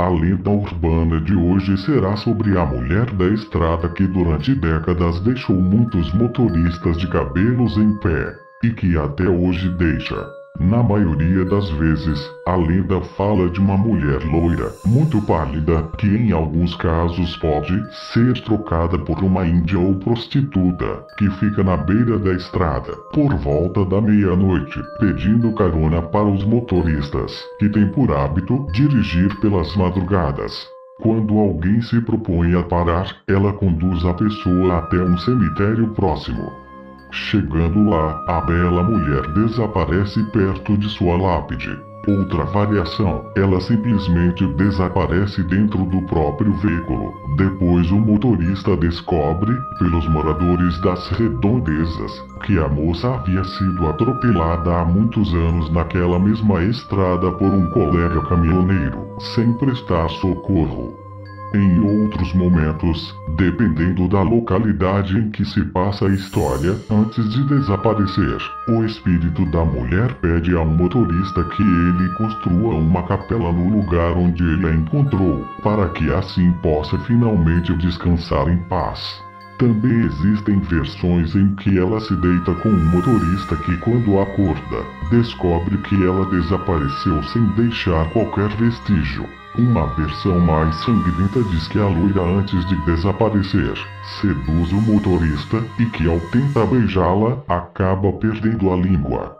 A lenda urbana de hoje será sobre a mulher da estrada que durante décadas deixou muitos motoristas de cabelos em pé, e que até hoje deixa. Na maioria das vezes, a lenda fala de uma mulher loira, muito pálida, que em alguns casos pode ser trocada por uma índia ou prostituta, que fica na beira da estrada, por volta da meia-noite, pedindo carona para os motoristas, que têm por hábito dirigir pelas madrugadas. Quando alguém se propõe a parar, ela conduz a pessoa até um cemitério próximo. Chegando lá, a bela mulher desaparece perto de sua lápide. Outra variação, ela simplesmente desaparece dentro do próprio veículo. Depois o motorista descobre, pelos moradores das redondezas, que a moça havia sido atropelada há muitos anos naquela mesma estrada por um colega caminhoneiro, sem prestar socorro. Em outros momentos, dependendo da localidade em que se passa a história, antes de desaparecer, o espírito da mulher pede a um motorista que ele construa uma capela no lugar onde ele a encontrou, para que assim possa finalmente descansar em paz. Também existem versões em que ela se deita com um motorista que, quando acorda, descobre que ela desapareceu sem deixar qualquer vestígio. Uma versão mais sangrenta diz que a loira, antes de desaparecer, seduz o motorista e que, ao tentar beijá-la, acaba perdendo a língua.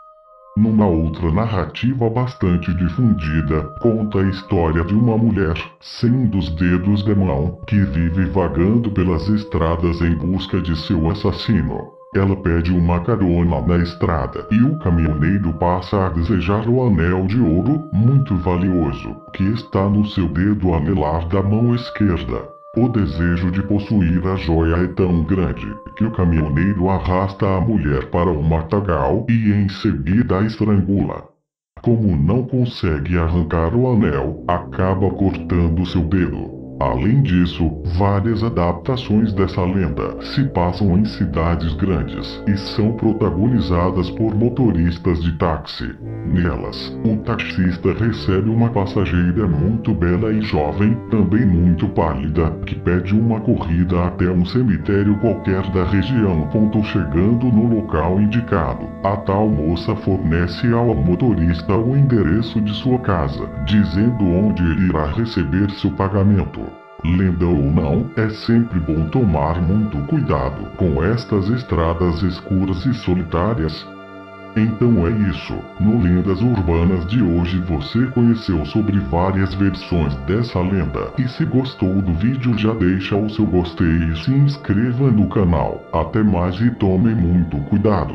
Numa outra narrativa bastante difundida, conta a história de uma mulher, sem um dos dedos da mão, que vive vagando pelas estradas em busca de seu assassino. Ela pede uma carona na estrada e o caminhoneiro passa a desejar o anel de ouro muito valioso, que está no seu dedo anelar da mão esquerda. O desejo de possuir a joia é tão grande que o caminhoneiro arrasta a mulher para um matagal e em seguida a estrangula. Como não consegue arrancar o anel, acaba cortando seu dedo. Além disso, várias adaptações dessa lenda se passam em cidades grandes e são protagonizadas por motoristas de táxi. Nelas, o taxista recebe uma passageira muito bela e jovem, também muito pálida, que pede uma corrida até um cemitério qualquer da região. Chegando no local indicado, a tal moça fornece ao motorista o endereço de sua casa, dizendo onde ele irá receber seu pagamento. Lenda ou não, é sempre bom tomar muito cuidado com estas estradas escuras e solitárias. Então é isso, no Lendas Urbanas de hoje você conheceu sobre várias versões dessa lenda. E se gostou do vídeo, já deixa o seu gostei e se inscreva no canal. Até mais e tome muito cuidado.